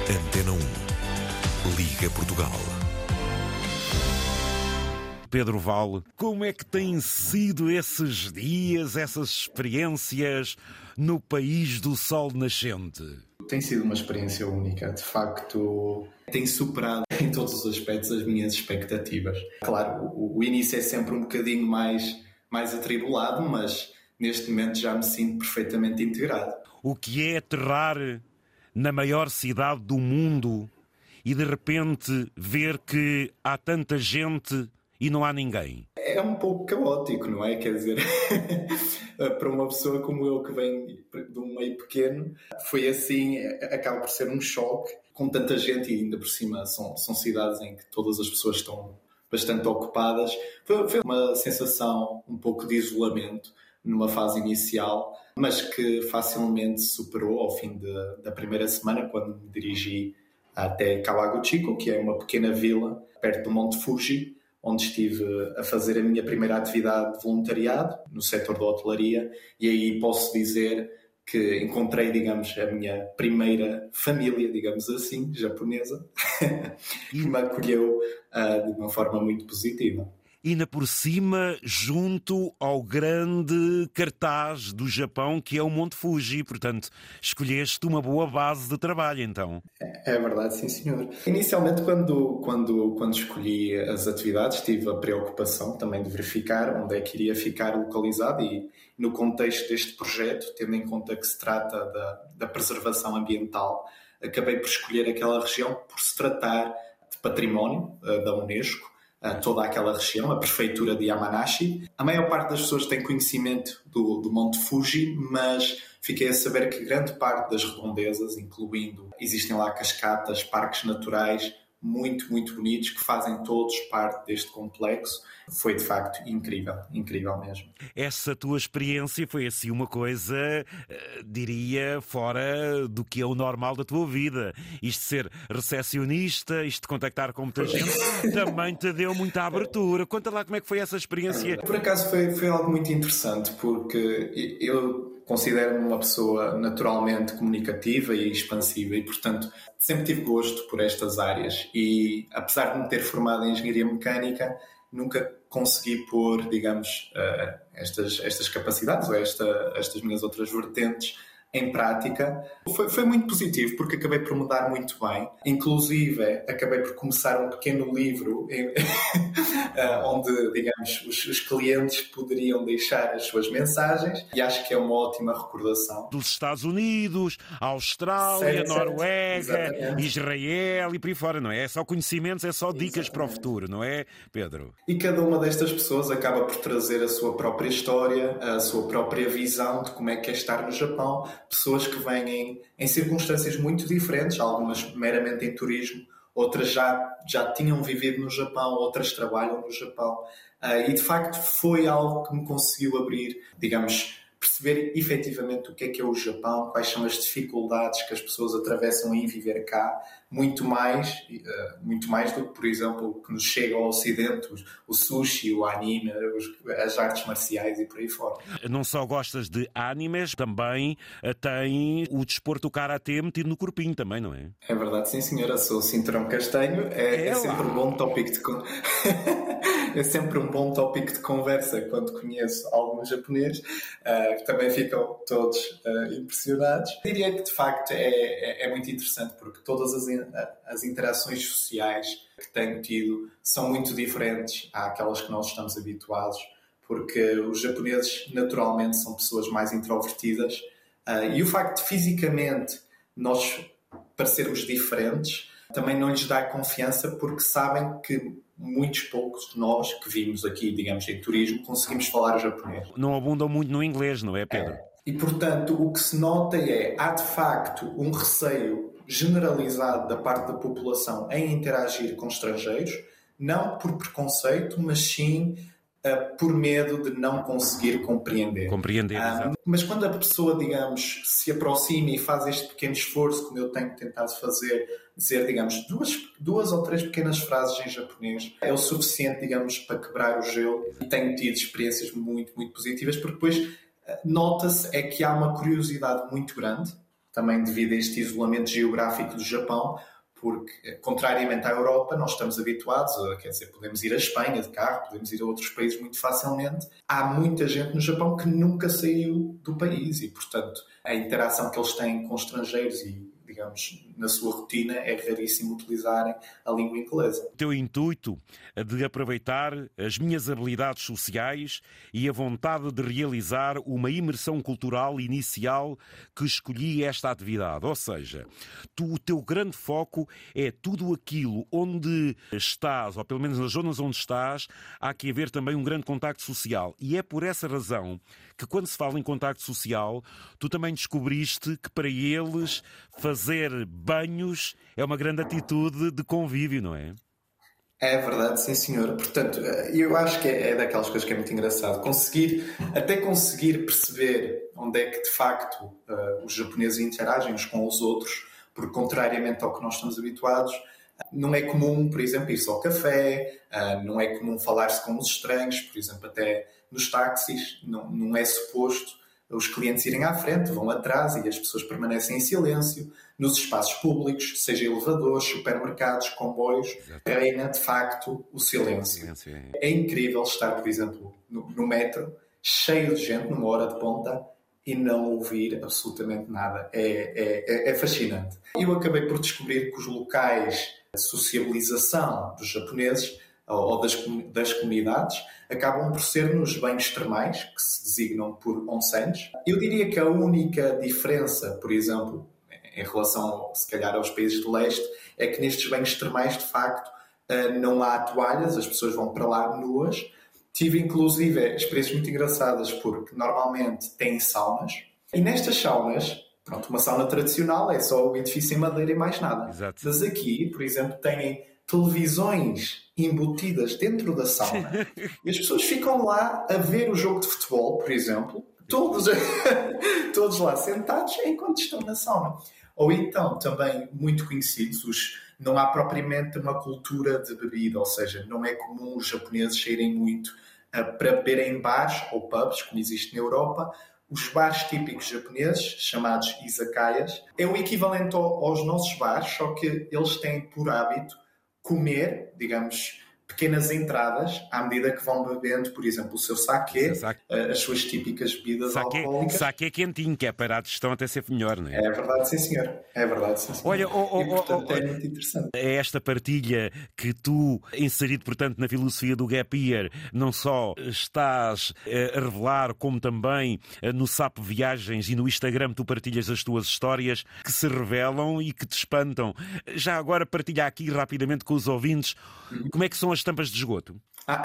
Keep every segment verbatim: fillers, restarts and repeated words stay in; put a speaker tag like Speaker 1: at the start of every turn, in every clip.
Speaker 1: Antena um. Liga Portugal.
Speaker 2: Pedro Vale, como é que têm sido esses dias, essas experiências no país do sol nascente?
Speaker 3: Tem sido uma experiência única, de facto tem superado em todos os aspectos as minhas expectativas. Claro, o, o início é sempre um bocadinho mais, mais atribulado, mas neste momento já me sinto perfeitamente integrado.
Speaker 2: O que é aterrar na maior cidade do mundo e de repente ver que há tanta gente e não há ninguém?
Speaker 3: É um pouco caótico, não é? Quer dizer, para uma pessoa como eu que vem de um meio pequeno, foi assim, acaba por ser um choque com tanta gente e ainda por cima são, são cidades em que todas as pessoas estão bastante ocupadas. Foi, foi uma sensação um pouco de isolamento numa fase inicial, mas que facilmente se superou ao fim de, da primeira semana, quando me dirigi até Kawaguchiko, que é uma pequena vila perto do Monte Fuji, onde estive a fazer a minha primeira atividade de voluntariado no setor da hotelaria, e aí posso dizer que encontrei, digamos, a minha primeira família, digamos assim, japonesa, que me acolheu uh, de uma forma muito positiva.
Speaker 2: E ainda por cima, junto ao grande cartaz do Japão, que é o Monte Fuji. Portanto, escolheste uma boa base de trabalho, então.
Speaker 3: É, é verdade, sim, senhor. Inicialmente, quando, quando, quando escolhi as atividades, tive a preocupação também de verificar onde é que iria ficar localizado e, no contexto deste projeto, tendo em conta que se trata da, da preservação ambiental, acabei por escolher aquela região por se tratar de património uh, da Unesco, toda aquela região, a prefeitura de Yamanashi. A maior parte das pessoas tem conhecimento do, do Monte Fuji, mas fiquei a saber que grande parte das redondezas, incluindo, existem lá cascatas, parques naturais muito, muito bonitos, que fazem todos parte deste complexo. Foi de facto incrível, incrível mesmo.
Speaker 2: Essa tua experiência foi assim uma coisa, diria, fora do que é o normal da tua vida. Isto de ser recepcionista, isto de contactar com muita gente, também te deu muita abertura. Conta lá como é que foi essa experiência.
Speaker 3: Por acaso foi, foi algo muito interessante, porque eu considero-me uma pessoa naturalmente comunicativa e expansiva e, portanto, sempre tive gosto por estas áreas e, apesar de me ter formado em engenharia mecânica, nunca consegui pôr, digamos, uh, estas, estas capacidades ou esta, estas minhas outras vertentes em prática. Foi, foi muito positivo porque acabei por mudar muito bem. Inclusive, acabei por começar um pequeno livro em, onde, digamos, os, os clientes poderiam deixar as suas mensagens e acho que é uma ótima recordação.
Speaker 2: Dos Estados Unidos, Austrália, certo, Noruega, certo. Israel e por aí fora, não é? É só conhecimentos, é só dicas Exatamente. Para o futuro, não é, Pedro?
Speaker 3: E cada uma destas pessoas acaba por trazer a sua própria história, a sua própria visão de como é que é estar no Japão. Pessoas que vêm em, em circunstâncias muito diferentes, algumas meramente em turismo, outras já, já tinham vivido no Japão, outras trabalham no Japão. Uh, e, de facto, foi algo que me conseguiu abrir, digamos, perceber efetivamente o que é que é o Japão, quais são as dificuldades que as pessoas atravessam em viver cá, muito mais, uh, muito mais do que, por exemplo, o que nos chega ao Ocidente, o sushi, o anime, os, as artes marciais e por aí fora.
Speaker 2: Não só gostas de animes, também uh, tem o desporto, o karatê metido no corpinho também, não é?
Speaker 3: É verdade, sim senhora, sou cinturão castanho, é, é, é sempre um bom tópico de é sempre um bom tópico de conversa quando conheço algum japonês, uh, que também ficam todos uh, impressionados. Eu diria que de facto é, é, é muito interessante porque todas as, as interações sociais que tenho tido são muito diferentes àquelas que nós estamos habituados, porque os japoneses naturalmente são pessoas mais introvertidas uh, e o facto de fisicamente nós parecermos diferentes também não lhes dá confiança porque sabem que muitos poucos de nós que vimos aqui, digamos, em turismo, conseguimos falar japonês.
Speaker 2: Não abundam muito no inglês, não é, Pedro?
Speaker 3: É. E, portanto, o que se nota é, há de facto um receio generalizado da parte da população em interagir com estrangeiros, não por preconceito, mas sim uh, por medo de não conseguir compreender.
Speaker 2: Compreender,
Speaker 3: um,
Speaker 2: exato.
Speaker 3: Mas quando a pessoa, digamos, se aproxima e faz este pequeno esforço, como eu tenho tentado fazer, dizer, digamos, duas, duas ou três pequenas frases em japonês, é o suficiente, digamos, para quebrar o gelo. E tenho tido experiências muito, muito positivas, porque depois nota-se é que há uma curiosidade muito grande também devido a este isolamento geográfico do Japão, porque, contrariamente à Europa, nós estamos habituados, a, quer dizer, podemos ir à Espanha de carro, podemos ir a outros países muito facilmente. Há muita gente no Japão que nunca saiu do país e, portanto, a interação que eles têm com estrangeiros e, digamos, na sua rotina, é raríssimo utilizarem a língua inglesa.
Speaker 2: O teu intuito de aproveitar as minhas habilidades sociais e a vontade de realizar uma imersão cultural inicial que escolhi esta atividade. Ou seja, tu, o teu grande foco é tudo aquilo onde estás, ou pelo menos nas zonas onde estás, há que haver também um grande contacto social. E é por essa razão que, quando se fala em contacto social, tu também descobriste que para eles fazer banhos é uma grande atitude de convívio, não é?
Speaker 3: É verdade, sim senhor. Portanto, eu acho que é daquelas coisas que é muito engraçado. Conseguir, até conseguir perceber onde é que de facto uh, os japoneses interagem uns com os outros, porque contrariamente ao que nós estamos habituados, não é comum, por exemplo, ir só ao café, uh, não é comum falar-se com os estranhos, por exemplo, até nos táxis, não, não é suposto os clientes irem à frente, vão atrás e as pessoas permanecem em silêncio. Nos espaços públicos, seja elevadores, supermercados, comboios, reina de facto o silêncio. silêncio é... é incrível estar, por exemplo, no, no metro, cheio de gente, numa hora de ponta, e não ouvir absolutamente nada. É, é, é fascinante. Eu acabei por descobrir que os locais de sociabilização dos japoneses ou das, das comunidades acabam por ser nos banhos termais, que se designam por onsens. Eu diria que a única diferença, por exemplo, em relação, se calhar, aos países de leste, é que nestes banhos termais, de facto, não há toalhas, as pessoas vão para lá nuas. Tive, inclusive, experiências muito engraçadas, porque normalmente têm saunas, e nestas saunas, pronto, uma sauna tradicional é só o edifício em madeira e mais nada.
Speaker 2: Exato.
Speaker 3: Mas aqui, por exemplo, têm televisões embutidas dentro da sauna e as pessoas ficam lá a ver o jogo de futebol, por exemplo, todos, todos lá sentados enquanto estão na sauna. Ou então, também muito conhecidos, os, não há propriamente uma cultura de bebida, ou seja, não é comum os japoneses saírem muito uh, para beber em bares ou pubs, como existe na Europa. Os bares típicos japoneses, chamados izakayas, é o equivalente ao, aos nossos bares, só que eles têm por hábito comer, digamos, pequenas entradas à medida que vão bebendo, por exemplo, o seu saquê,
Speaker 2: Saque.
Speaker 3: as suas típicas bebidas
Speaker 2: saque,
Speaker 3: alcoólicas.
Speaker 2: Saquê quentinho, que é para a digestão até ser melhor, não é?
Speaker 3: É verdade, sim senhor. É verdade, sim senhor.
Speaker 2: Olha, oh, oh,
Speaker 3: e, portanto,
Speaker 2: oh, oh,
Speaker 3: é muito interessante.
Speaker 2: É esta partilha que tu, inserido, portanto, na filosofia do Gap Year, não só estás a revelar, como também no Sapo Viagens e no Instagram tu partilhas as tuas histórias que se revelam e que te espantam. Já agora partilha aqui rapidamente com os ouvintes como é que são as tampas de esgoto.
Speaker 3: Ah,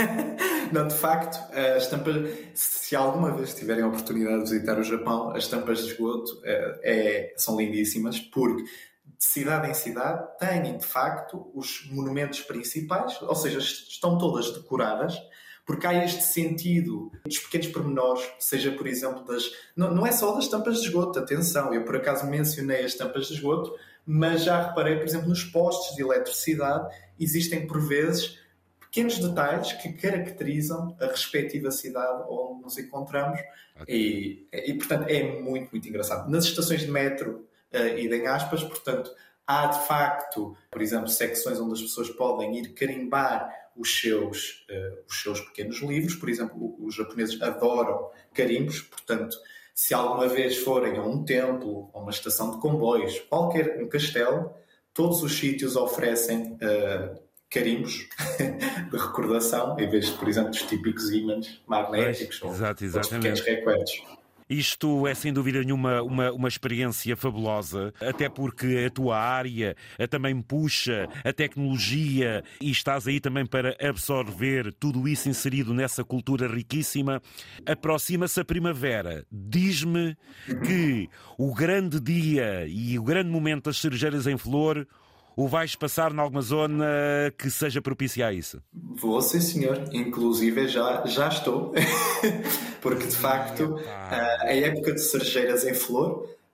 Speaker 3: não, de facto, as tampas, se alguma vez tiverem a oportunidade de visitar o Japão, as tampas de esgoto é, é, são lindíssimas, porque de cidade em cidade têm, de facto, os monumentos principais, ou seja, estão todas decoradas, porque há este sentido dos pequenos pormenores, seja, por exemplo, das... Não, não é só das tampas de esgoto, atenção, eu por acaso mencionei as tampas de esgoto, mas já reparei, por exemplo, nos postos de eletricidade, existem, por vezes, pequenos detalhes que caracterizam a respectiva cidade onde nos encontramos. Okay. E, e, portanto, é muito, muito engraçado. Nas estações de metro, uh, idem aspas, portanto, há, de facto, por exemplo, secções onde as pessoas podem ir carimbar os seus, uh, os seus pequenos livros. Por exemplo, os japoneses adoram carimbos, portanto, se alguma vez forem a um templo, a uma estação de comboios, qualquer um castelo, todos os sítios oferecem uh, carimbos de recordação, em vez de, por exemplo, dos típicos ímãs magnéticos ou
Speaker 2: Exato,
Speaker 3: os pequenos recuerdos.
Speaker 2: Isto é, sem dúvida nenhuma, uma, uma experiência fabulosa, até porque a tua área também puxa a tecnologia e estás aí também para absorver tudo isso inserido nessa cultura riquíssima. Aproxima-se a primavera. Diz-me que o grande dia e o grande momento das cerejeiras em flor o vais passar em alguma zona que seja propícia a isso?
Speaker 3: Vou, sim, senhor. Inclusive, já, já estou. Porque, de facto, a época de cerejeiras em flor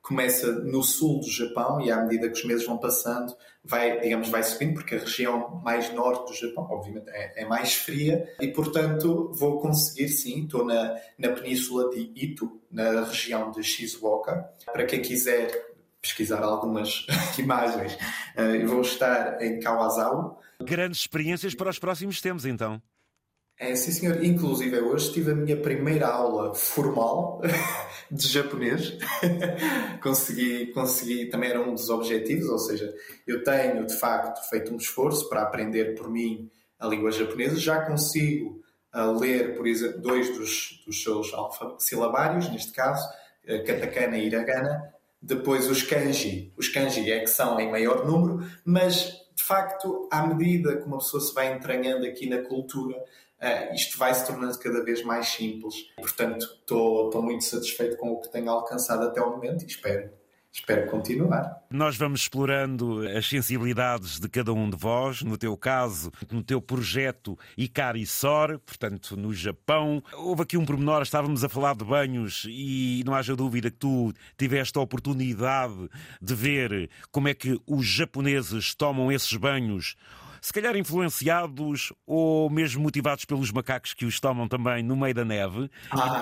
Speaker 3: começa no sul do Japão e à medida que os meses vão passando, vai, digamos, vai subindo, porque a região mais norte do Japão, obviamente, é, é mais fria e, portanto, vou conseguir, sim, estou na, na península de Ito, na região de Shizuoka. Para quem quiser pesquisar algumas imagens, eu vou estar em Kawasawa.
Speaker 2: Grandes experiências para os próximos tempos, então.
Speaker 3: É, sim, senhor. Inclusive, hoje tive a minha primeira aula formal de japonês. consegui, consegui, também era um dos objetivos, ou seja, eu tenho, de facto, feito um esforço para aprender por mim a língua japonesa. Já consigo uh, ler, por exemplo, dois dos, dos seus alfa-silabários, neste caso, uh, katakana e hiragana. Depois os kanji. Os kanji é que são em maior número, mas, de facto, à medida que uma pessoa se vai entranhando aqui na cultura, Uh, isto vai se tornando cada vez mais simples. Portanto, estou muito satisfeito com o que tenho alcançado até o momento e espero, espero continuar.
Speaker 2: Nós vamos explorando as sensibilidades de cada um de vós, no teu caso, no teu projeto Ikari Sor, portanto, no Japão. Houve aqui um pormenor, estávamos a falar de banhos e não haja dúvida que tu tiveste a oportunidade de ver como é que os japoneses tomam esses banhos, se calhar influenciados ou mesmo motivados pelos macacos que os tomam também no meio da neve.
Speaker 3: Ah!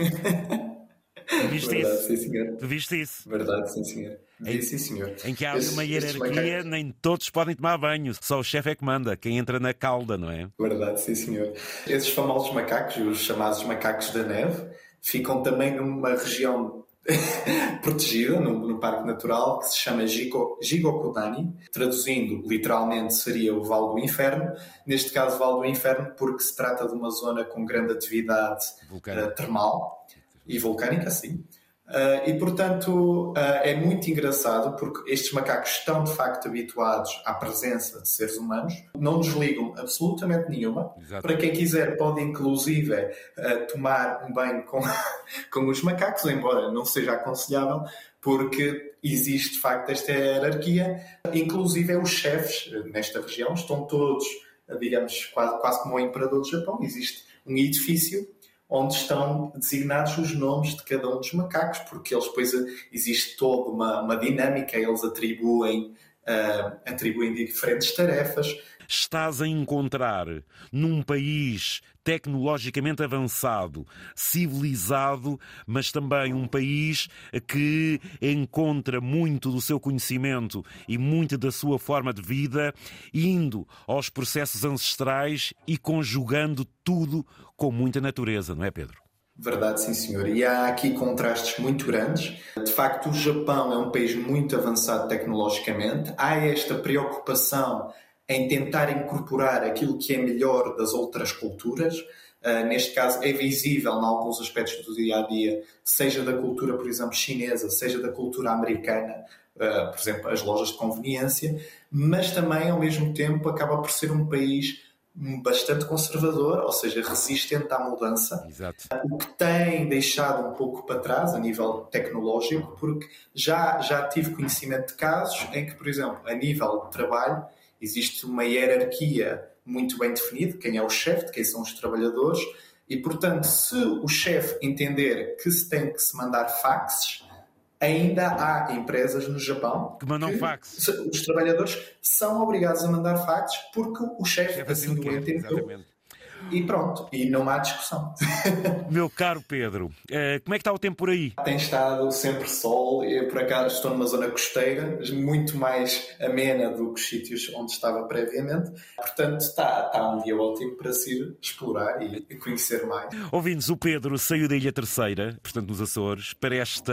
Speaker 2: Viste
Speaker 3: Verdade,
Speaker 2: isso?
Speaker 3: sim, senhor.
Speaker 2: Tu viste isso?
Speaker 3: Verdade, sim, senhor. Vi, sim, senhor.
Speaker 2: Em que há ali uma hierarquia,
Speaker 3: macacos...
Speaker 2: nem todos podem tomar banho, só o chefe é que manda, quem entra na cauda, não é?
Speaker 3: Verdade, sim, senhor. Esses famosos macacos, os chamados macacos da neve, ficam também numa região protegida, no, no Parque Natural, que se chama Jigo, Jigokudani. Traduzindo, literalmente, seria o Vale do Inferno. Neste caso, Vale do Inferno, porque se trata de uma zona com grande atividade uh, termal e vulcânica, sim. Uh, e, portanto, uh, é muito engraçado porque estes macacos estão, de facto, habituados à presença de seres humanos, não nos ligam absolutamente nenhuma.
Speaker 2: Exato.
Speaker 3: Para quem quiser, pode, inclusive, uh, tomar um banho com, com os macacos, embora não seja aconselhável, porque existe, de facto, esta hierarquia. Inclusive, os chefes nesta região estão todos, digamos, quase, quase como o imperador do Japão. Existe um edifício onde estão designados os nomes de cada um dos macacos, porque eles depois existe toda uma, uma dinâmica, eles atribuem, uh, atribuem diferentes tarefas.
Speaker 2: Estás a encontrar num país tecnologicamente avançado, civilizado, mas também um país que encontra muito do seu conhecimento e muito da sua forma de vida indo aos processos ancestrais e conjugando tudo com muita natureza, não é, Pedro?
Speaker 3: Verdade, sim, senhor. E há aqui contrastes muito grandes. De facto, o Japão é um país muito avançado tecnologicamente. Há esta preocupação em tentar incorporar aquilo que é melhor das outras culturas. Uh, neste caso, é visível em alguns aspectos do dia-a-dia, seja da cultura, por exemplo, chinesa, seja da cultura americana, uh, por exemplo, as lojas de conveniência, mas também, ao mesmo tempo, acaba por ser um país bastante conservador, ou seja, resistente à mudança.
Speaker 2: Exato.
Speaker 3: O que tem deixado um pouco para trás a nível tecnológico, porque já, já tive conhecimento de casos em que, por exemplo, a nível de trabalho, existe uma hierarquia muito bem definida, quem é o chefe, de quem são os trabalhadores, e, portanto, se o chefe entender que se tem que se mandar faxes, ainda há empresas no Japão
Speaker 2: que mandam fax.
Speaker 3: Os trabalhadores são obrigados a mandar faxes porque o chefe assim o entendeu. E pronto, e não há discussão.
Speaker 2: Meu caro Pedro, como é que está o tempo por aí?
Speaker 3: Tem estado sempre sol. Eu, por acaso, estou numa zona costeira, muito mais amena do que os sítios onde estava previamente. Portanto, está, está um dia ótimo para se ir explorar e conhecer mais.
Speaker 2: Ouvintes, o Pedro saiu da Ilha Terceira, portanto nos Açores, para esta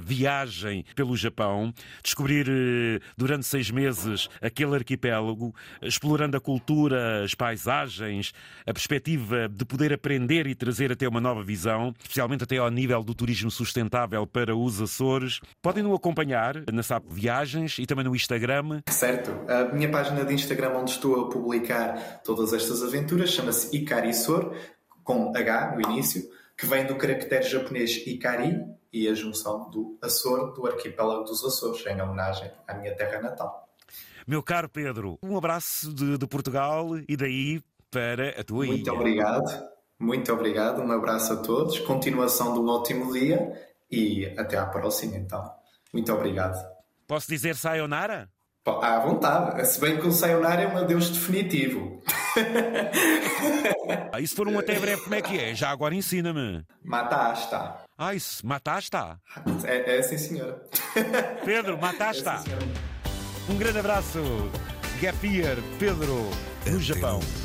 Speaker 2: viagem pelo Japão, descobrir durante seis meses aquele arquipélago, explorando a cultura, as paisagens, a perspectiva de poder aprender e trazer até uma nova visão, especialmente até ao nível do turismo sustentável para os Açores. Podem-no acompanhar na S A P Viagens e também no Instagram.
Speaker 3: Certo. A minha página de Instagram, onde estou a publicar todas estas aventuras, chama-se Ikari Sor, com H no início, que vem do caractere japonês Ikari e a junção do Açor, do arquipélago dos Açores, em homenagem à minha terra natal.
Speaker 2: Meu caro Pedro, um abraço de, de Portugal e daí para a tua
Speaker 3: Muito
Speaker 2: ilha.
Speaker 3: obrigado, muito obrigado, um abraço a todos, continuação de um ótimo dia e até à próxima então. Muito obrigado.
Speaker 2: Posso dizer sayonara?
Speaker 3: À vontade. Se bem que o sayonara é um adeus definitivo.
Speaker 2: Ah, e se for um até breve, como é que é? Já agora ensina-me.
Speaker 3: Matasta.
Speaker 2: Ah, isso, matasta.
Speaker 3: É, é sim, senhora.
Speaker 2: Pedro, matasta.
Speaker 3: É, sim, senhora.
Speaker 2: Um grande abraço. Gap Year, Pedro, no Japão.